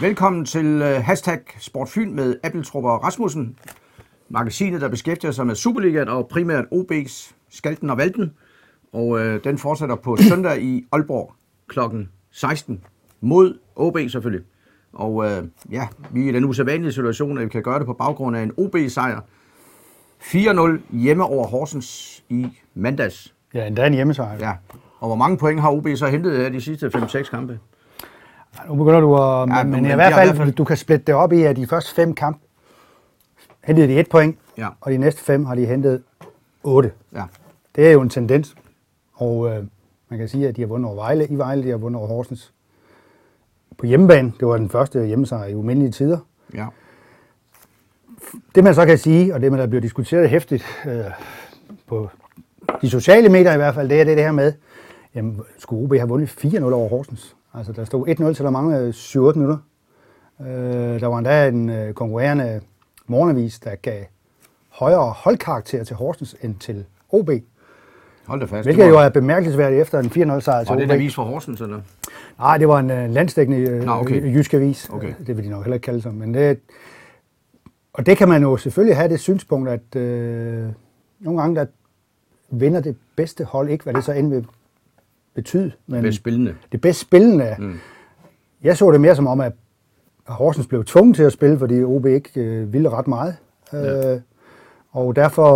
Velkommen til hashtag Sportfyn med Appeltrup og Rasmussen. Magasinet, der beskæftiger sig med Superligaen og primært OB's Skalten og Valten. Og den fortsætter på søndag i Aalborg kl. 16 mod OB selvfølgelig. Og vi er i den usædvanlige situation, at vi kan gøre det på baggrund af en OB-sejr. 4-0 hjemme over Horsens i mandags. Ja, endda en hjemmesejr. Ja. Og hvor mange point har OB så hentet her de sidste 5-6 kampe? Nu begynder du at... Ja, men i hvert fald, du kan splitte det op i, at de første 5 kampe hentede de 1 point, og de næste 5 har de hentet 8. Ja. Det er jo en tendens, og man kan sige, at de har vundet over Vejle i Vejle, de har vundet over Horsens på hjemmebane. Det var den første hjemmesejr i umindelige tider. Ja. Det man så kan sige, og det man der bliver diskuteret hæftigt på de sociale medier i hvert fald, det er det her med, jamen, skulle OB have vundet 4-0 over Horsens? Altså, der stod 1-0 til der manglede 7-8 minutter. Der var endda en konkurrerende morgenavis, der gav højere holdkarakter til Horsens end til OB. Hold da fast. Hvilket jo er bemærkelsesværdigt efter en 4-0-sejr til OB. Var det en avis for Horsens, eller? Nej, det var en landsdækkende jysk avis. Okay. Det vil de nok heller ikke kalde sig. Men og det kan man jo selvfølgelig have det synspunkt, at nogle gange der vinder det bedste hold ikke, hvad det så end vil betyde. Men bedst spillende. Det bedst spillende. Jeg så det mere som om, at Horsens blev tvunget til at spille, fordi OB ikke ville ret meget. Ja. Og derfor,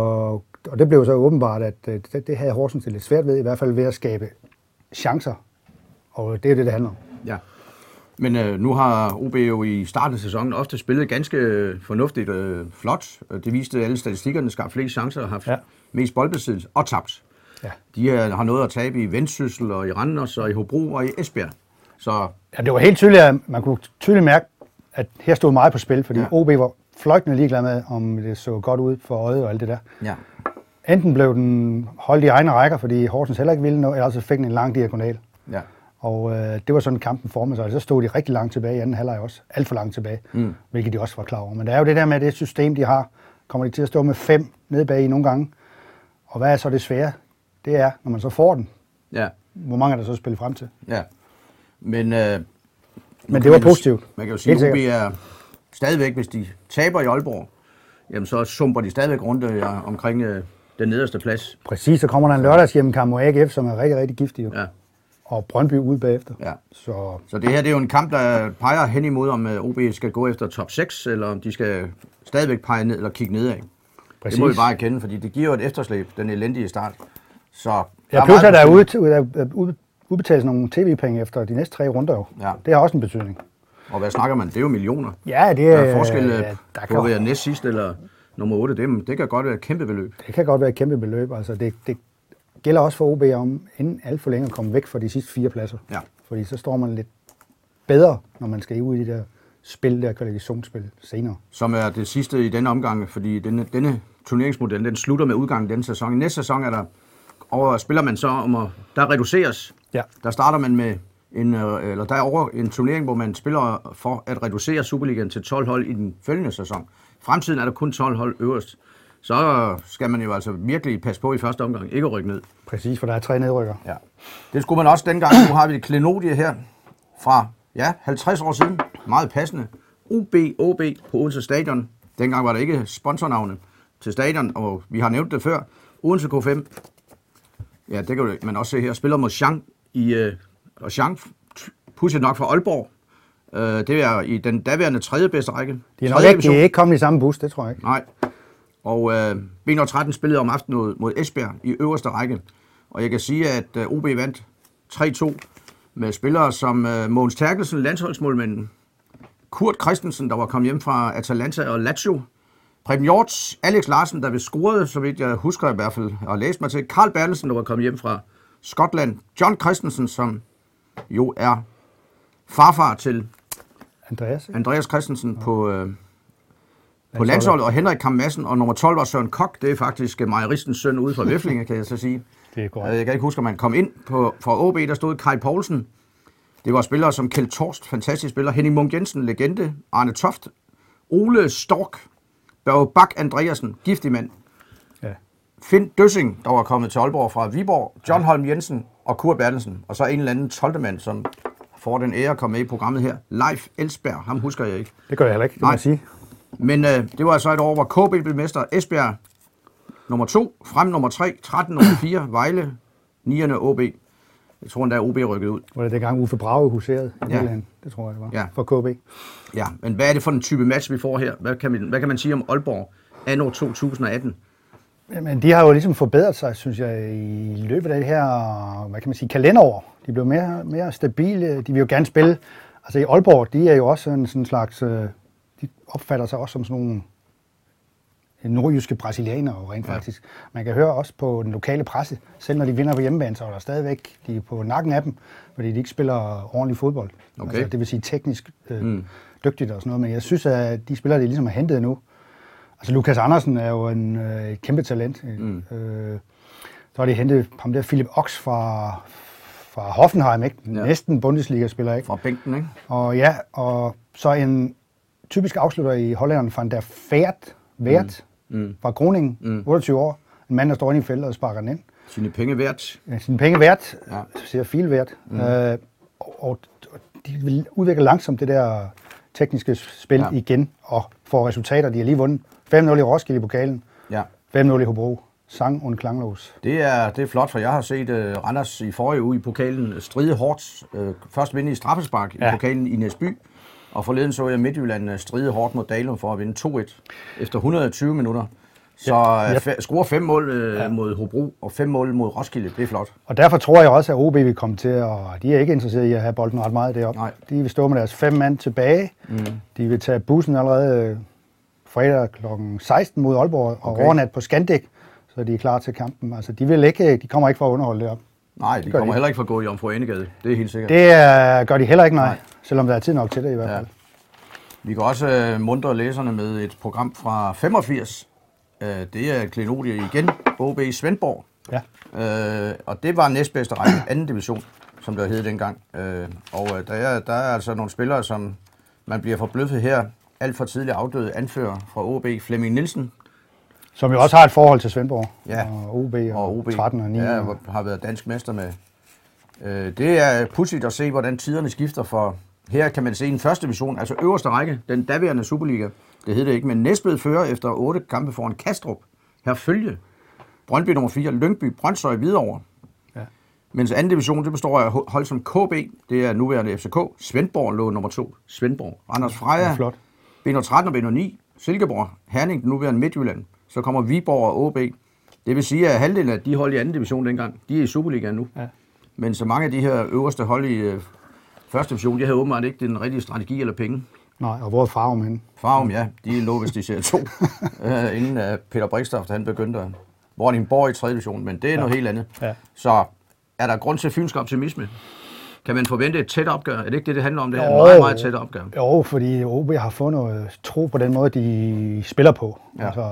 og det blev så åbenbart, at det havde Horsens lidt svært ved, i hvert fald ved at skabe chancer. Og det er det handler om. Ja. Men nu har OB jo i starten af sæsonen ofte spillet ganske fornuftigt flot. Det viste alle statistikkerne, skabt flest chancer og haft mest boldbesiddelse og tabt. Ja. De har noget at tabe i Vendsyssel og i Randers og i Hobro og i Esbjerg. Så ja, det var helt tydeligt, at man kunne tydeligt mærke, at her stod meget på spil, fordi OB var fløjtende ligeglad med, om det så godt ud for øjet og alt det der. Ja. Enten blev den holdt i egne rækker, fordi Horsens heller ikke ville noget, eller så fik den en lang diagonal. Ja. Og det var sådan kampen formede sig, og så stod de rigtig langt tilbage i anden halvleg også. Alt for langt tilbage, hvilket de også var klar over. Men det er jo det der med det system, de har. Kommer de til at stå med 5 nede bag i nogle gange. Og hvad er så det svære? Det er, når man så får den. Ja. Hvor mange er der så spillet frem til? Ja. Men det var positivt. Man kan jo sige, at OB er stadigvæk, hvis de taber i Aalborg, jamen så sumper de stadigvæk rundt omkring den nederste plads. Præcis, så kommer der en lørdagshjemmekamp mod AGF, som er rigtig, rigtig giftig. Ja. Og Brøndby ude bagefter. Ja. Så det her det er jo en kamp, der peger hen imod, om OB skal gå efter top 6, eller om de skal stadigvæk pege ned eller kigge nedad. Præcis. Det må vi bare erkende, fordi det giver jo et efterslæb, den elendige start. Så ja, plus at der er udbetales nogle tv-penge efter de næste 3 runder jo. Ja. Det har også en betydning. Og hvad snakker man? Det er jo millioner. Ja, det er... Der er forskel på at være næst sidst eller nummer 8. Det kan godt være et kæmpe beløb. Det kan godt være et kæmpe beløb. Altså det gælder også for OB om inden alt for længe at komme væk fra de sidste 4 pladser. Ja. Fordi så står man lidt bedre, når man skal ud i de der spil, der kvalifikationsspil senere. Som er det sidste i denne omgang, fordi denne turneringsmodel, den slutter med udgangen denne sæson. I næste sæson er der, og spiller man så om der reduceres. Ja. Der starter man med der er over en turnering, hvor man spiller for at reducere Superligaen til 12 hold i den følgende sæson. I fremtiden er der kun 12 hold øverst. Så skal man jo altså virkelig passe på i første omgang, ikke at rykke ned. Præcis, for der er 3 nedrykker. Ja. Det skulle man også dengang. Nu har vi et klenodie her fra 50 år siden. Meget passende. OB på Odense Stadion. Dengang var der ikke sponsornavne til stadion, og vi har nævnt det før. Odense K5. Ja, det kan man også se her. Spiller mod Chang og Chang, pudsigt nok fra Aalborg. Det er i den daværende 3. bedste række. De er ikke kommet i samme bus, det tror jeg ikke. Nej. Og B13 spillede om aftenen mod Esbjerg i øverste række. Og jeg kan sige, at OB vandt 3-2 med spillere som Mogens Terkelsen, landsholdsmålmanden, Kurt Christensen, der var kommet hjem fra Atalanta og Lazio, Preben Hjorts, Alex Larsen, der blev scoret, så vidt jeg husker i hvert fald, og læst mig til, Carl Bertelsen, der var kommet hjem fra Skotland, John Christensen, som jo er farfar til Andreas Christensen på landsholdet, og Henrik Kam Madsen, og nummer 12 var Søren Kok. Det er faktisk mejeristens søn ude fra Væflinge, kan jeg så sige. Det er godt. Jeg kan ikke huske, at man kom ind fra OB, der stod Kai Poulsen. Det var spillere som Kjeld Torst, fantastisk spiller, Henning Munk Jensen, legende, Arne Toft, Ole Stork, Børge Bak Andreasen, giftig mand. Ja. Finn Døssing, der var kommet til Aalborg fra Viborg, John Holm Jensen og Kurt Bertelsen, og så en eller anden 12. mand, som får den ære at komme med i programmet her. Leif Elsberg, ham husker jeg ikke. Det gør jeg heller ikke, det må jeg sige. Men det var altså et år, hvor KB blev mester. Esbjerg nummer 2, Frem nummer 3, 13 nummer 4, Vejle, 9'erne OB. Jeg tror endda, OB rykket ud. Var det dengang Uffe Brage huserede i Jylland? Det tror jeg, det var. For KB. Ja, men hvad er det for en type match, vi får her? Hvad kan man sige om Aalborg anno 2018? Men de har jo ligesom forbedret sig, synes jeg, i løbet af det her, hvad kan man sige, kalenderår. De blev mere stabile. De vil jo gerne spille. Altså i Aalborg, de er jo også sådan en slags, de opfatter sig også som sådan nogle nordjyske brasilianere rent faktisk. Man kan høre også på den lokale presse, selv når de vinder på hjemmebane, så er der stadigvæk, de er på nakken af dem, fordi de ikke spiller ordentlig fodbold. Okay. Altså, det vil sige teknisk dygtigt og sådan noget, men jeg synes, at de spillere, de ligesom har hentet nu. Altså Lukas Andersen er jo et kæmpe talent. Så har de hentet ham der Philip Ox fra Hoffenheim, ikke? Næsten Bundesliga-spiller, ikke? Fra bænken, ikke? Og ja, og så en typisk afslutter i Hollanderen Van der Vært fra Groningen, 28 år. En mand, der står inde i feltet og sparker den ind. Sine penge værd. Ja, sine penge værd, siger fil værd. Og de vil udvikle langsomt det der tekniske spil igen, og får resultater. De har lige vundet 5-0 i Roskilde i pokalen, 5-0 i Hobro. Sang und klanglos. Det er flot, for jeg har set Randers i forrige uge i pokalen stride hårdt. Først vinde i straffespark i pokalen i Næsby, og forleden så jeg Midtjylland stride hårdt mod Dalum for at vinde 2-1 efter 120 minutter. Så score 5 mål mod Hobro og 5 mål mod Roskilde, det er flot. Og derfor tror jeg også, at OB vil komme til, og de er ikke interesseret i at have bolden ret meget deroppe. Nej. De vil stå med deres 5 mand tilbage. De vil tage bussen allerede fredag kl. 16 mod Aalborg og overnat på Scandic, så de er klar til kampen. Altså, de kommer ikke for at underholde deroppe. Nej, de kommer heller ikke for at gå i Jomfru Anegade. Det er helt sikkert. Det gør de heller ikke, nej. Selvom der er tid nok til det i hvert fald. Vi kan også muntre læserne med et program fra 85. Det er klenodie igen. OB Svendborg. Ja. Og det var næstbedste række, anden division, som der hed dengang. Og der er altså nogle spillere, som man bliver forbløffet her. Alt for tidligt afdøde anfører fra OB, Flemming Nielsen. Som jo også har et forhold til Svendborg. Ja. Og OB 13 og 9. Ja, har været dansk mester med. Det er pudsigt at se, hvordan tiderne skifter, for her kan man se en første division, altså øverste række, den daværende Superliga. Det hed det ikke, men Næstved fører efter 8 kampe foran Kastrup. Herfølge, Brøndby nummer 4, Lyngby, Brøndshøj, Hvidovre. Ja. Mens anden division, det består af hold som KB, det er nuværende FCK, Svendborg lå nummer 2, Svendborg, Randers Freja, B13 og B9, Silkeborg, Herning, den nuværende Midtjylland. Så kommer Viborg og OB. Det vil sige, at halvdelen af de hold i anden division dengang, de er i Superligaen nu. Ja. Men så mange af de her øverste hold i første division, de havde åbenbart ikke den rigtige strategi eller penge. Nej, og hvor er Farum henne? Farum, ja. De lå vist i serie 2, inden Peter Brikstoft, han begyndte. Vordingborg i 3. division, men det er noget helt andet. Ja. Så er der grund til fynsk optimisme? Kan man forvente et tæt opgør? Er det ikke det handler om? Det er meget, meget tæt opgør. Jo, fordi OB har fået noget tro på den måde, de spiller på. Ja. Altså,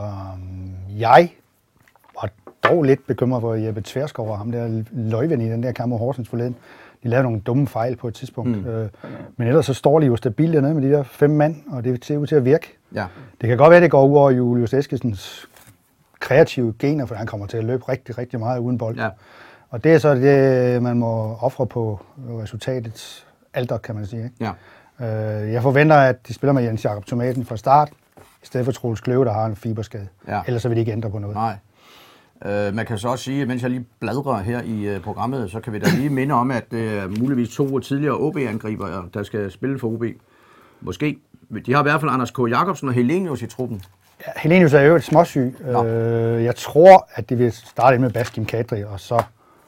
jeg var dog lidt bekymret for Jeppe Tverskov og ham der løjven i den der kamp mod Horsens forleden. De lavede nogle dumme fejl på et tidspunkt. Men ellers så står de jo stabilt dernede med de der 5 mand, og det ser ud til at virke. Ja. Det kan godt være, at det går ud over Julius Eskilsens kreative gener, for han kommer til at løbe rigtig, rigtig meget uden bold. Ja. Og det er så det, man må ofre på resultatets alter, kan man sige. Ikke? Ja. Jeg forventer, at de spiller med Jens Jakob Tomaten fra start, i stedet for Troels Kløve, der har en fiberskade. Ja. Ellers så vil de ikke ændre på noget. Nej. Man kan så også sige, mens jeg lige bladrer her i programmet, så kan vi da lige minde om, at det er muligvis 2 tidligere OB-angriber, der skal spille for OB. Måske. De har i hvert fald Anders K. Jacobsen og Helenius i truppen. Ja, Helenius er jo et småsyg. Jeg tror, at de vil starte med Baskim Kadri, og så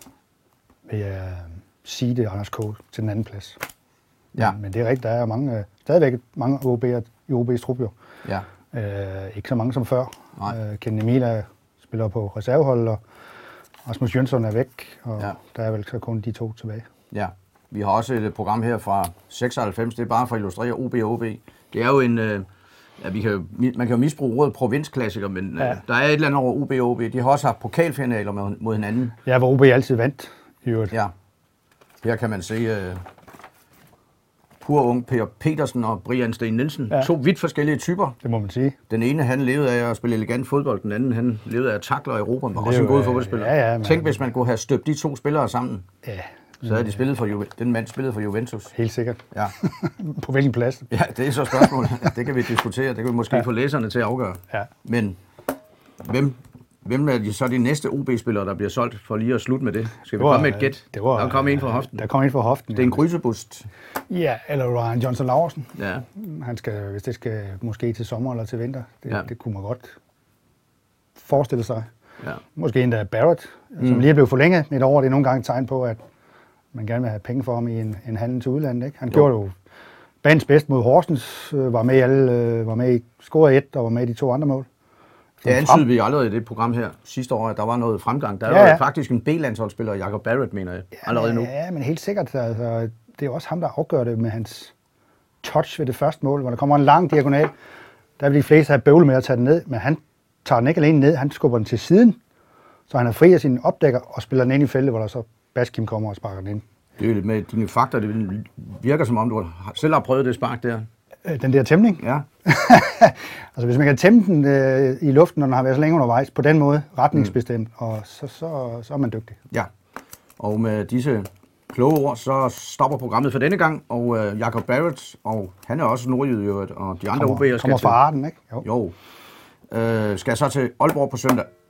vil jeg sige det Anders K. til den anden plads. Ja. Men det er rigtigt, der er stadigvæk mange OB'er i OB's trup jo. Ja. Ikke så mange som før. Ken Emil spiller på reservehold, og Rasmus Jønsson er væk, og der er vel så kun de 2 tilbage. Ja, vi har også et program her fra 96, det er bare for at illustrere OB og OB. Det er jo en, man kan jo misbruge ordet provinsklassiker, men der er et eller andet over OB og OB. De har også haft pokalfinaler mod hinanden. Ja, hvor OB altid vandt i øvrigt. Ja, her kan man se pur ung Per Petersen og Brian Steen Nielsen. Ja. 2 vidt forskellige typer. Det må man sige. Den ene, han levede af at spille elegant fodbold. Den anden, han levede af at takle Europa. Var også en god fodboldspiller. Ja, tænk, hvis man kunne have støbt de 2 spillere sammen. Ja. Så havde de spillet for den mand spillede for Juventus. Helt sikkert. Ja. På hvilken plads? Ja, det er så spørgsmålet. Det kan vi diskutere. Det kan vi måske få læserne til at afgøre. Ja. Men hvem er så de næste OB-spillere, der bliver solgt for lige at slutte med det? Skal vi komme med et gæt? Der kom en fra hoften. Der kom en fra hoften. Det er en Grysebust. Ja, eller Ryan Johnson Laursen. Ja. Han skal, hvis det skal måske til sommer eller til vinter. Det kunne man godt forestille sig. Ja. Måske endda Barrett, som lige er blevet forlænget et år. Det er nogle gange et tegn på, at man gerne vil have penge for ham i en handel til udlandet. Ikke? Han gjorde jo banens bedst mod Horsens, var med i scoret 1 og var med i de 2 andre mål. Det antydede vi allerede i det program her sidste år, at der var noget fremgang. Der er jo faktisk en B-landsholdsspiller, Jacob Barrett, mener jeg, allerede nu. Ja, men helt sikkert. Altså, det er også ham, der afgør det med hans touch ved det første mål, hvor der kommer en lang diagonal. Der vil de fleste have bøvlet med at tage den ned, men han tager den ikke alene ned, han skubber den til siden, så han er fri af sin opdækker og spiller den ind i feltet, hvor der så Baskim kommer og sparker den ind. Det er jo med dine fakta, det virker som om, du selv har prøvet det spark der. Den der tæmning? Ja. Altså hvis man kan tæmme den i luften, når den har været så længe undervejs, på den måde retningsbestemt, og så er man dygtig. Ja, og med disse kloge ord, så stopper programmet for denne gang, og Jacob Barrett, og han er også nordjyde i øvrigt, og de andre OB'er kommer fra Arden, ikke? Jo. Skal så til Aalborg på søndag.